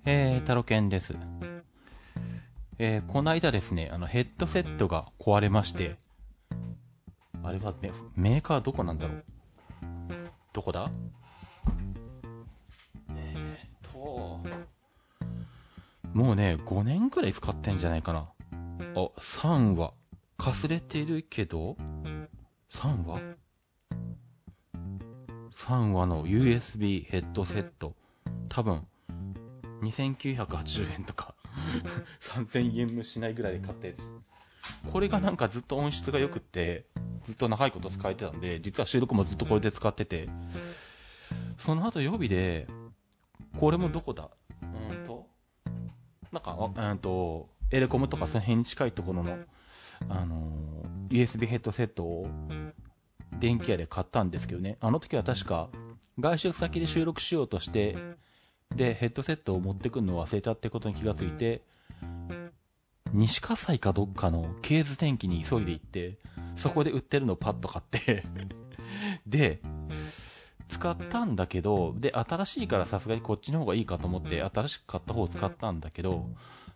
タロケンです。この間ですね、ヘッドセットが壊れまして、あれはメーカーどこなんだろう。どこだ？もうね、5年くらい使ってんじゃないかな。3話。かすれてるけど、3話 ?3 話の USB ヘッドセット。多分、2980円とか、3000円もしないぐらいで買ったやつ。これがなんかずっと音質が良くって、ずっと長いこと使えてたんで、実は収録もずっとこれで使ってて、その後予備で、これもどこだなんか、エレコムとかその辺に近いところの、USB ヘッドセットを電気屋で買ったんですけどね、あの時は確か外出先で収録しようとして、で、ヘッドセットを持ってくるのを忘れたってことに気がついて、西葛西かどっかのケーズ電機に急いで行って、そこで売ってるのをパッと買ってで、使ったんだけど、で、新しいからさすがにこっちの方がいいかと思って、新しく買った方を使ったんだけど、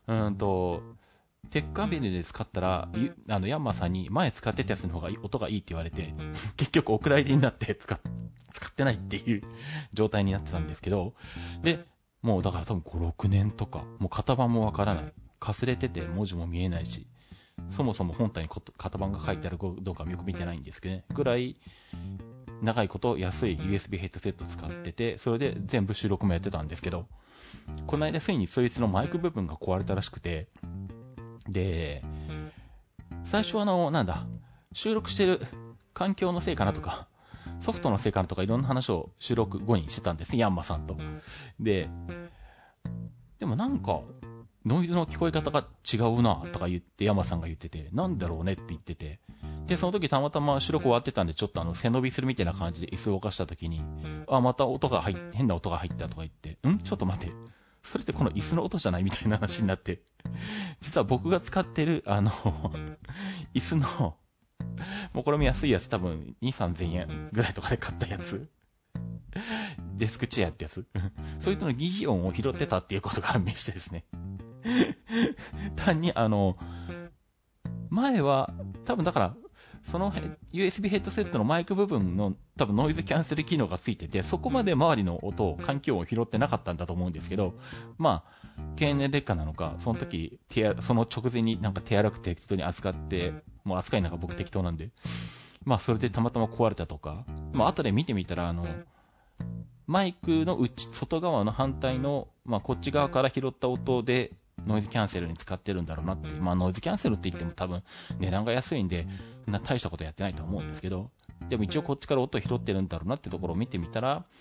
鉄管ビルで使ったら、ヤンマーさんに前使ってたやつの方が音がいいって言われて、結局お蔵入りになって使ってないっていう状態になってたんですけど、で、もうだから多分5、6年とか、もう型番もわからない。かすれてて文字も見えないし、そもそも本体に型番が書いてあるかどうかよく見てないんですけどね。ぐらい、長いこと安い USB ヘッドセット使ってて、それで全部収録もやってたんですけど、この間ついにそいつのマイク部分が壊れたらしくて、で、最初収録してる環境のせいかなとか、ソフトのせいかなとかいろんな話を収録後にしてたんですね、ヤンマさんと。でもなんか、ノイズの聞こえ方が違うなとか言って、ヤンマさんが言ってて、なんだろうねって言ってて、で、その時たまたま収録終わってたんで、ちょっと背伸びするみたいな感じで椅子を動かした時に、また変な音が入ったとか言って、ちょっと待って。それってこの椅子の音じゃないみたいな話になって、実は僕が使ってる、椅子の、もうこれも安いやつ多分2、3000円ぐらいとかで買ったやつ。デスクチェアってやつ。そういうのの疑義音を拾ってたっていうことが判明してですね。単に前は、多分だから、その USB ヘッドセットのマイク部分の多分ノイズキャンセル機能がついてて、そこまで周りの音、環境音を拾ってなかったんだと思うんですけど、まあ、経年劣化なのか、その時、その直前になんか手荒く適当に扱って、もう扱いなんか僕適当なんで、まあそれでたまたま壊れたとか、まあ後で見てみたらマイクの外側の反対の、まあこっち側から拾った音で、ノイズキャンセルに使ってるんだろうなって。まあノイズキャンセルって言っても多分値段が安いんで、大したことやってないと思うんですけど、でも一応こっちから音を拾ってるんだろうなってところを見てみたら、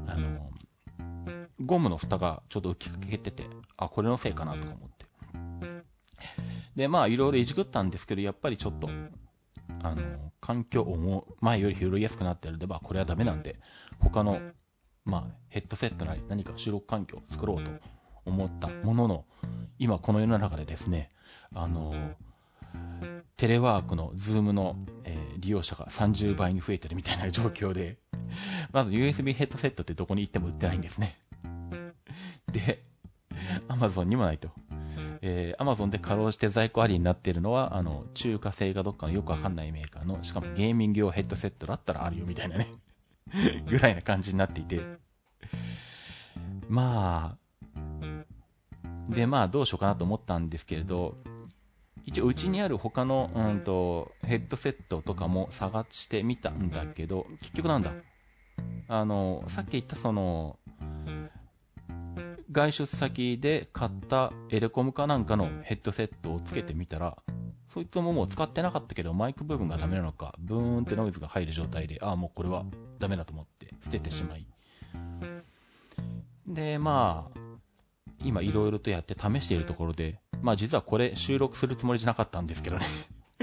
ゴムの蓋がちょっと浮きかけてて、これのせいかなとか思って。で、まあいろいろいじくったんですけど、やっぱりちょっと、環境音を前より拾いやすくなってるんで、これはダメなんで、他の、まあヘッドセットなり何か収録環境を作ろうと思ったものの、今この世の中でですね、テレワークのズームの、利用者が30倍に増えてるみたいな状況で、まず USB ヘッドセットってどこに行っても売ってないんですね。で、Amazon にもないと。Amazon でかろうじて在庫ありになっているのは、中華製がどっかのよくわかんないメーカーの、しかもゲーミング用ヘッドセットだったらあるよみたいなね。ぐらいな感じになっていて。まあ、で、どうしようかなと思ったんですけれど、一応うちにある他の、ヘッドセットとかも探してみたんだけど、結局なんだ、さっき言った外出先で買ったエレコムかなんかのヘッドセットをつけてみたら、そいつももう使ってなかったけど、マイク部分がダメなのか、ブーンってノイズが入る状態で、もうこれはダメだと思って捨ててしまい。で、今いろいろとやって試しているところで、実はこれ収録するつもりじゃなかったんですけどね。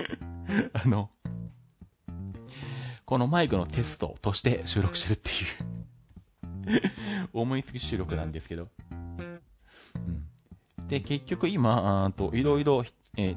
このマイクのテストとして収録してるっていう思いつき収録なんですけど。で、結局今、いろいろ、い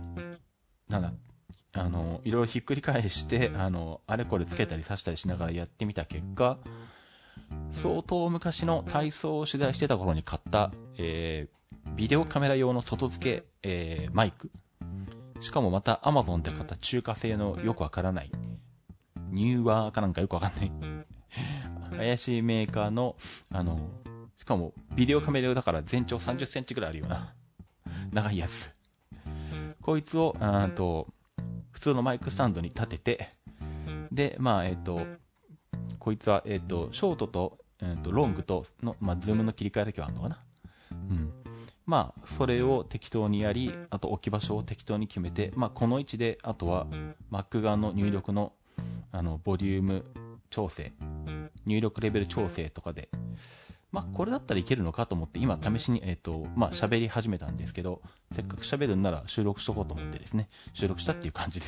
ろいろひっくり返して、あれこれつけたり刺したりしながらやってみた結果、相当昔の体操を取材してた頃に買った、 ビデオカメラ用の外付け、マイク。しかもまた Amazon で買った中華製のよくわからない、ニューワーかなんかよくわかんない怪しいメーカーの、しかもビデオカメラ用だから全長30センチぐらいあるような長いやつ。こいつを、普通のマイクスタンドに立てて、で、こいつは、ショートと、ロングとの、ズームの切り替えだけはあるのかな。それを適当にやり、あと置き場所を適当に決めて、この位置で、あとは Mac 側の入力の、ボリューム調整、入力レベル調整とかで、これだったらいけるのかと思って、今試しに、喋り始めたんですけど、せっかく喋るんなら収録しとこうと思ってですね、収録したっていう感じです。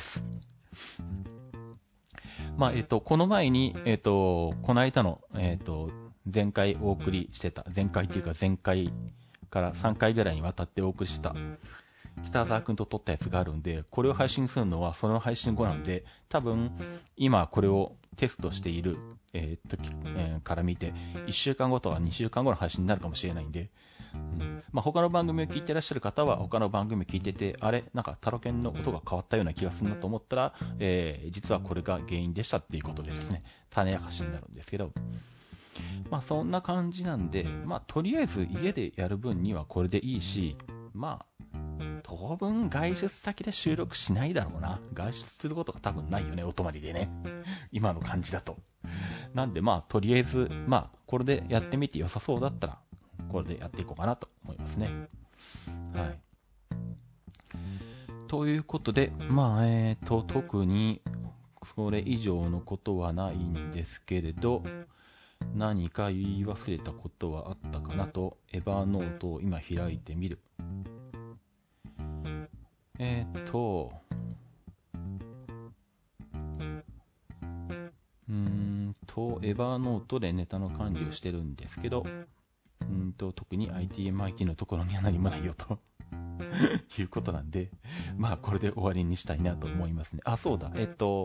この前に、この間の、前回お送りしてた、前回っていうか前回から3回ぐらいにわたってお送りした、北沢くんと撮ったやつがあるんで、これを配信するのはその配信後なんで、多分、今これをテストしている、時、から見て、1週間後とか2週間後の配信になるかもしれないんで、他の番組を聞いてらっしゃる方は、他の番組を聞いてて、あれなんかタロケンの音が変わったような気がするなと思ったら、実はこれが原因でしたっていうことでですね、種明かしになるんですけど、そんな感じなんで、とりあえず家でやる分にはこれでいいし、当分外出先で収録しないだろうな。外出することが多分ないよね、お泊まりでね。今の感じだと。なんでとりあえず、これでやってみて良さそうだったら、これでやっていこうかなと思いますね。はい。ということで、特にそれ以上のことはないんですけれど、何か言い忘れたことはあったかなと、エヴァーノートを今開いてみる。エヴァーノートでネタの管理をしてるんですけど、特に ITMIT のところには何もないよということなんで、これで終わりにしたいなと思いますね。そうだ、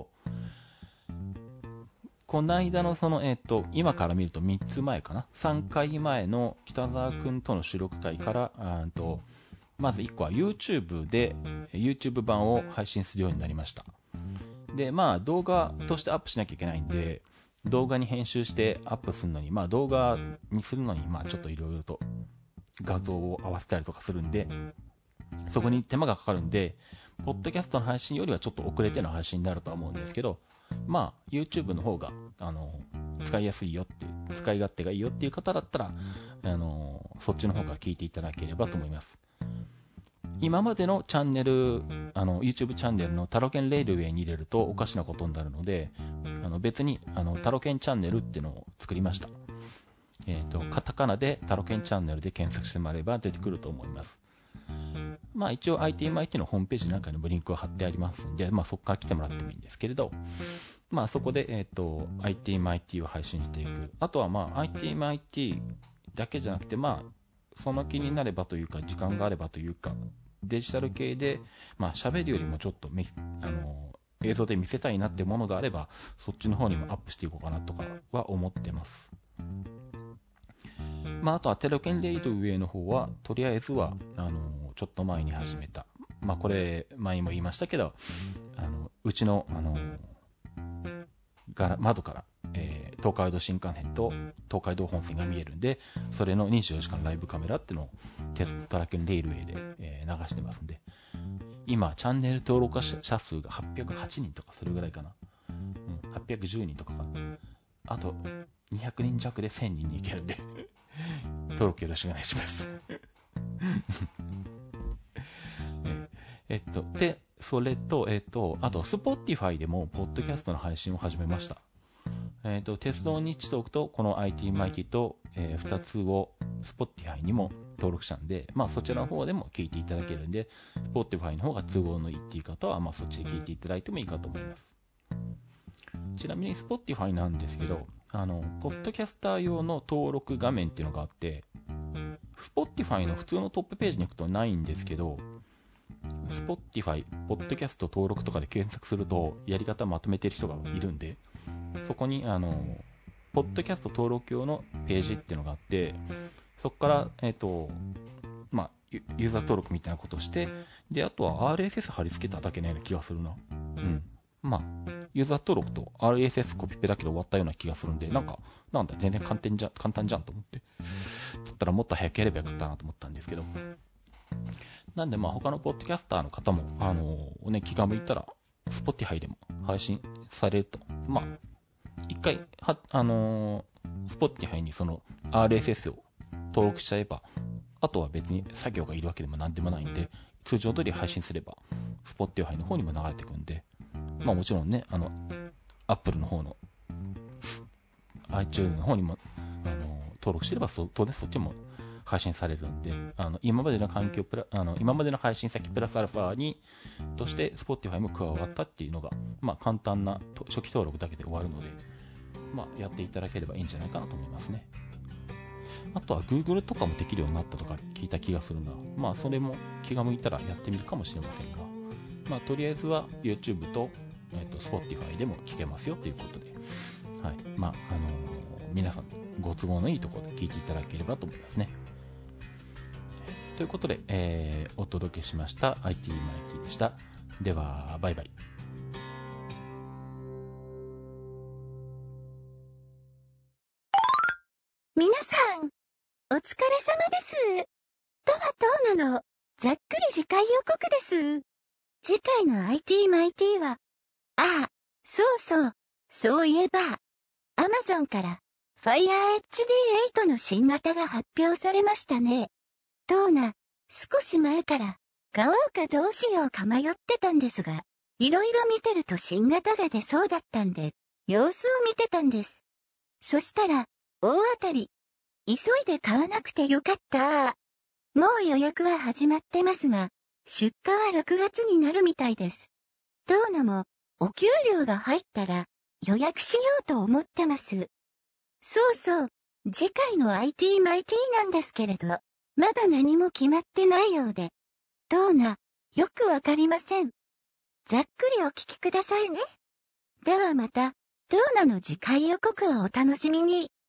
この間の今から見ると3つ前かな。3回前の北沢くんとの収録会から、まず1個は YouTube で、YouTube 版を配信するようになりました。で、動画としてアップしなきゃいけないんで、動画に編集してアップするのに、動画にするのに、ちょっといろいろと画像を合わせたりとかするんで、そこに手間がかかるんで、ポッドキャストの配信よりはちょっと遅れての配信になるとは思うんですけど、YouTube の方が、使いやすいよって、使い勝手がいいよっていう方だったら、そっちの方から聞いていただければと思います。今までのチャンネル、YouTube チャンネルのタロケンレイルウェイに入れるとおかしなことになるので、別に、タロケンチャンネルっていうのを作りました。カタカナでタロケンチャンネルで検索してもらえば出てくると思います。一応 ITMIT のホームページなんかにもリンクが貼ってありますんで、そこから来てもらってもいいんですけれど、そこで、ITMIT を配信していく。あとはITMIT だけじゃなくて、その気になればというか、時間があればというか、デジタル系で、喋るよりもちょっと映像で見せたいなってものがあれば、そっちの方にもアップしていこうかなとかは思ってます。あとはテロケンレイルウェイの方は、とりあえずは、ちょっと前に始めた。これ、前にも言いましたけど、うちの、窓から、東海道新幹線と東海道本線が見えるんで、それの24時間ライブカメラっていうのをテロケンレイルウェイで、流してますんで、今、チャンネル登録者数が808人とかそれぐらいかな。810人とかかな。あと、200人弱で1000人に行けるんで、登録よろしくお願いします。で、それと、あと、Spotify でも、ポッドキャストの配信を始めました。鉄道日トークと、この IT マイティと、2つを Spotify にも登録したんで、そちらの方でも聞いていただけるんで、Spotify の方が都合のいいっていう方は、そっちで聞いていただいてもいいかと思います。ちなみに Spotify なんですけど、ポッドキャスター用の登録画面っていうのがあって、Spotify の普通のトップページに行くとないんですけど、Spotify、ポッドキャスト登録とかで検索すると、やり方まとめてる人がいるんで、そこに、ポッドキャスト登録用のページっていうのがあって、そこから、 ユーザー登録みたいなことをして、で、あとは RSS 貼り付けただけのような気がするな。うん。まあ、ユーザー登録と RSS コピペだけで終わったような気がするんで、なんだ、全然簡単じゃんと思って。だったらもっと早くやればよかったなと思ったんですけど。なんでまあ他のポッドキャスターの方も、気が向いたら、Spotify でも配信されると。まあ、一回、Spotify にその RSS を登録しちゃえば、あとは別に作業がいるわけでもなんでもないんで、通常通り配信すれば、Spotify の方にも流れてくんで、まあもちろんね、Apple の方の、iTunes の方にも、登録してれば、当然そっちも配信されるんで、今までの今までの配信先プラスアルファに、として Spotify も加わったっていうのが、まあ簡単な初期登録だけで終わるので、まあやっていただければいいんじゃないかなと思いますね。あとは Google とかもできるようになったとか聞いた気がするな。まあそれも気が向いたらやってみるかもしれませんが、まあとりあえずは YouTube と、Spotify でも聞けますよということで、はい。まあ皆さんご都合のいいところで聞いていただければと思いますね。ということで、お届けしました IT マイティでした。では、バイバイ。 皆さん、お疲れ様です。とは当なの、ざっくり次回予告です。次回の IT マイティは、そういえば、Amazon から Fire HD8 の新型が発表されましたね。トーナ、少し前から買おうかどうしようか迷ってたんですが、いろいろ見てると新型が出そうだったんで、様子を見てたんです。そしたら、大当たり。急いで買わなくてよかった。もう予約は始まってますが、出荷は6月になるみたいです。トーナも、お給料が入ったら予約しようと思ってます。そう、次回の IT マイティなんですけれど、まだ何も決まってないようで。トーナ、よくわかりません。ざっくりお聞きくださいね。ではまた、トーナの次回予告をお楽しみに。